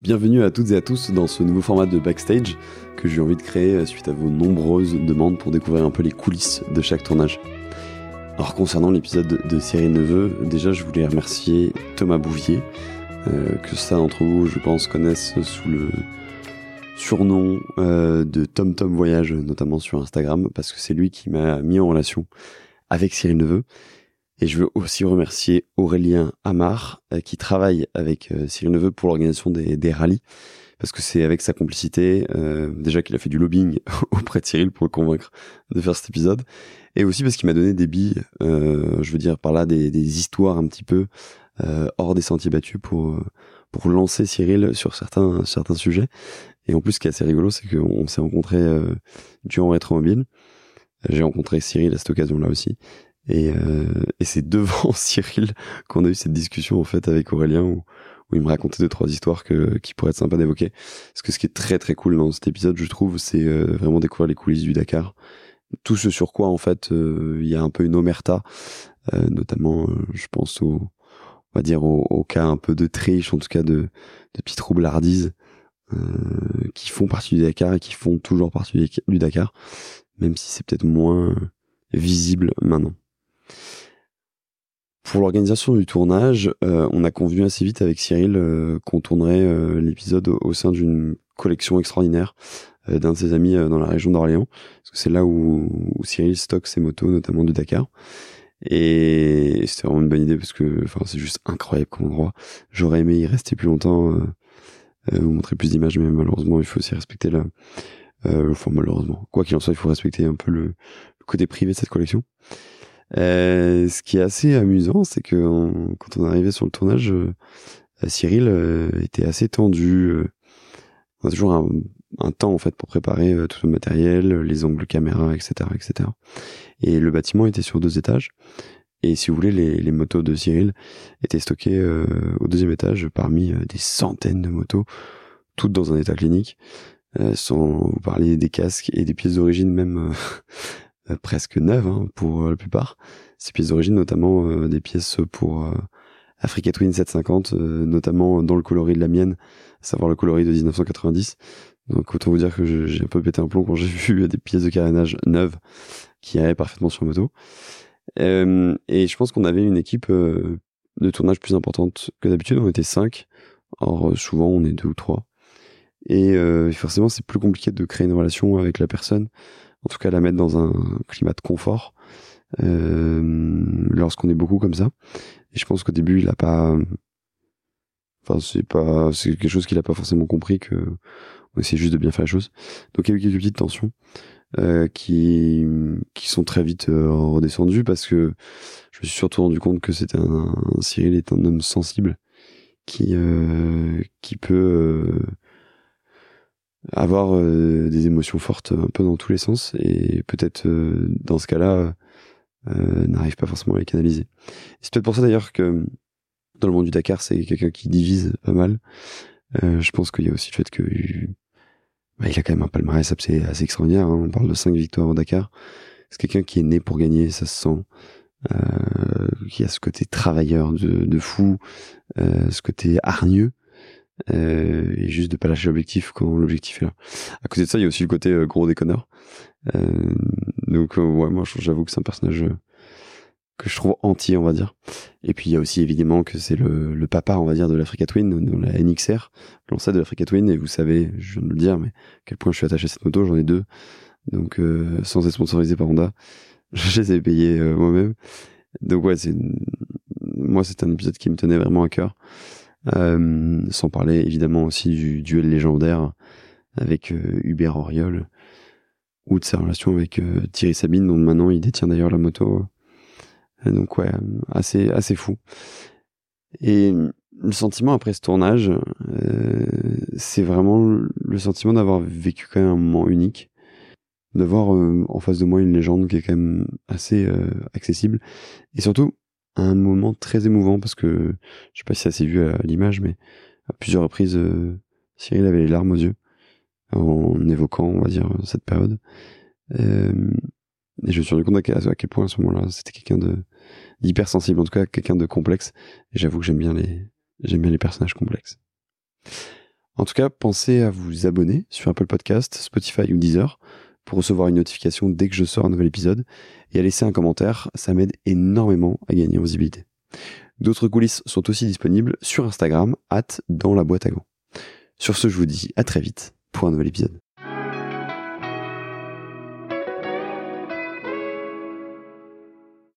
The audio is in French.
Bienvenue à toutes et à tous dans ce nouveau format de Backstage que j'ai eu envie de créer suite à vos nombreuses demandes pour découvrir un peu les coulisses de chaque tournage. Alors concernant l'épisode de Cyril Neveu, déjà je voulais remercier Thomas Bouvier, que certains d'entre vous je pense connaissent sous le surnom de Tom Tom Voyage, notamment sur Instagram, parce que c'est lui qui m'a mis en relation avec Cyril Neveu. Et je veux aussi remercier Aurélien Amar, qui travaille avec Cyril Neveu pour l'organisation des rallyes, parce que c'est avec sa complicité, déjà qu'il a fait du lobbying auprès de Cyril pour le convaincre de faire cet épisode, et aussi parce qu'il m'a donné des billes, je veux dire par là des histoires un petit peu hors des sentiers battus pour lancer Cyril sur certains sujets. Et en plus, ce qui est assez rigolo, c'est qu'on s'est rencontrés durant Rétromobile. J'ai rencontré Cyril à cette occasion-là aussi. Et c'est devant Cyril qu'on a eu cette discussion en fait avec Aurélien où il me racontait 2-3 histoires qui pourraient être sympas d'évoquer. Parce que ce qui est très très cool dans cet épisode, je trouve, c'est vraiment découvrir les coulisses du Dakar. Tout ce sur quoi en fait il y a un peu une omerta, notamment je pense on va dire au cas un peu de triche, en tout cas de petites roublardises qui font partie du Dakar et qui font toujours partie du Dakar, même si c'est peut-être moins visible maintenant. Pour l'organisation du tournage, on a convenu assez vite avec Cyril qu'on tournerait l'épisode au sein d'une collection extraordinaire d'un de ses amis dans la région d'Orléans, parce que c'est là où Cyril stocke ses motos, notamment du Dakar. Et c'était vraiment une bonne idée parce que c'est juste incroyable comme endroit. J'aurais aimé y rester plus longtemps, vous montrer plus d'images, mais malheureusement il faut aussi respecter malheureusement, quoi qu'il en soit, il faut respecter un peu le côté privé de cette collection. Ce qui est assez amusant, c'est que quand on est arrivé sur le tournage, Cyril était assez tendu. On a toujours un temps en fait pour préparer tout le matériel, les angles caméra, etc., etc. Et le bâtiment était sur 2 étages. Et si vous voulez, les motos de Cyril étaient stockées au 2e étage parmi des centaines de motos, toutes dans un état clinique, sans vous parler des casques et des pièces d'origine même presque neuves pour la plupart. Ces pièces d'origine, notamment des pièces pour Africa Twin 750, notamment dans le coloris de la mienne, à savoir le coloris de 1990. Donc autant vous dire que j'ai un peu pété un plomb quand j'ai vu des pièces de carénage neuves qui allaient parfaitement sur moto. Et je pense qu'on avait une équipe de tournage plus importante que d'habitude. On était 5. Or souvent on est 2 ou 3. Et forcément c'est plus compliqué de créer une relation avec la personne, en tout cas la mettre dans un climat de confort lorsqu'on est beaucoup comme ça. Et je pense qu'au début il a pas, c'est quelque chose qu'il a pas forcément compris, que on essaie juste de bien faire les choses. Donc il y a eu quelques petites tensions qui sont très vite redescendues, parce que je me suis surtout rendu compte que Cyril est un homme sensible qui peut avoir des émotions fortes un peu dans tous les sens, et peut-être dans ce cas-là n'arrive pas forcément à les canaliser. C'est peut-être pour ça d'ailleurs que dans le monde du Dakar c'est quelqu'un qui divise pas mal. Je pense qu'il y a aussi le fait que il a quand même un palmarès assez extraordinaire, on parle de 5 victoires au Dakar. C'est quelqu'un qui est né pour gagner, ça se sent, qui a ce côté travailleur de fou, ce côté hargneux, et juste de pas lâcher l'objectif quand l'objectif est là. À côté de ça, il y a aussi le côté gros déconneur. Donc moi j'avoue que c'est un personnage que je trouve entier, on va dire. Et puis il y a aussi évidemment que c'est le papa, on va dire, de l'Africa Twin, de la NXR, l'ancêtre de l'Africa Twin. Et vous savez, je viens de le dire, mais à quel point je suis attaché à cette moto, j'en ai 2. Donc sans être sponsorisé par Honda, je les ai payés moi-même. Donc ouais, moi c'est un épisode qui me tenait vraiment à cœur. Sans parler évidemment aussi du duel légendaire avec Hubert Auriol, ou de sa relation avec Thierry Sabine, dont maintenant il détient d'ailleurs la moto. Donc ouais, assez fou. Et le sentiment après ce tournage, c'est vraiment le sentiment d'avoir vécu quand même un moment unique, de voir en face de moi une légende qui est quand même assez accessible, et surtout un moment très émouvant, parce que je sais pas si ça s'est vu à l'image, mais à plusieurs reprises Cyril avait les larmes aux yeux en évoquant, on va dire, cette période. Et je me suis rendu compte à quel point à ce moment-là c'était quelqu'un d'hypersensible, en tout cas quelqu'un de complexe. Et j'avoue que j'aime bien les personnages complexes. En tout cas, pensez à vous abonner sur Apple Podcast, Spotify ou Deezer pour recevoir une notification dès que je sors un nouvel épisode et à laisser un commentaire, ça m'aide énormément à gagner en visibilité. D'autres coulisses sont aussi disponibles sur Instagram, @danslaboîteagants. Sur ce, je vous dis à très vite pour un nouvel épisode.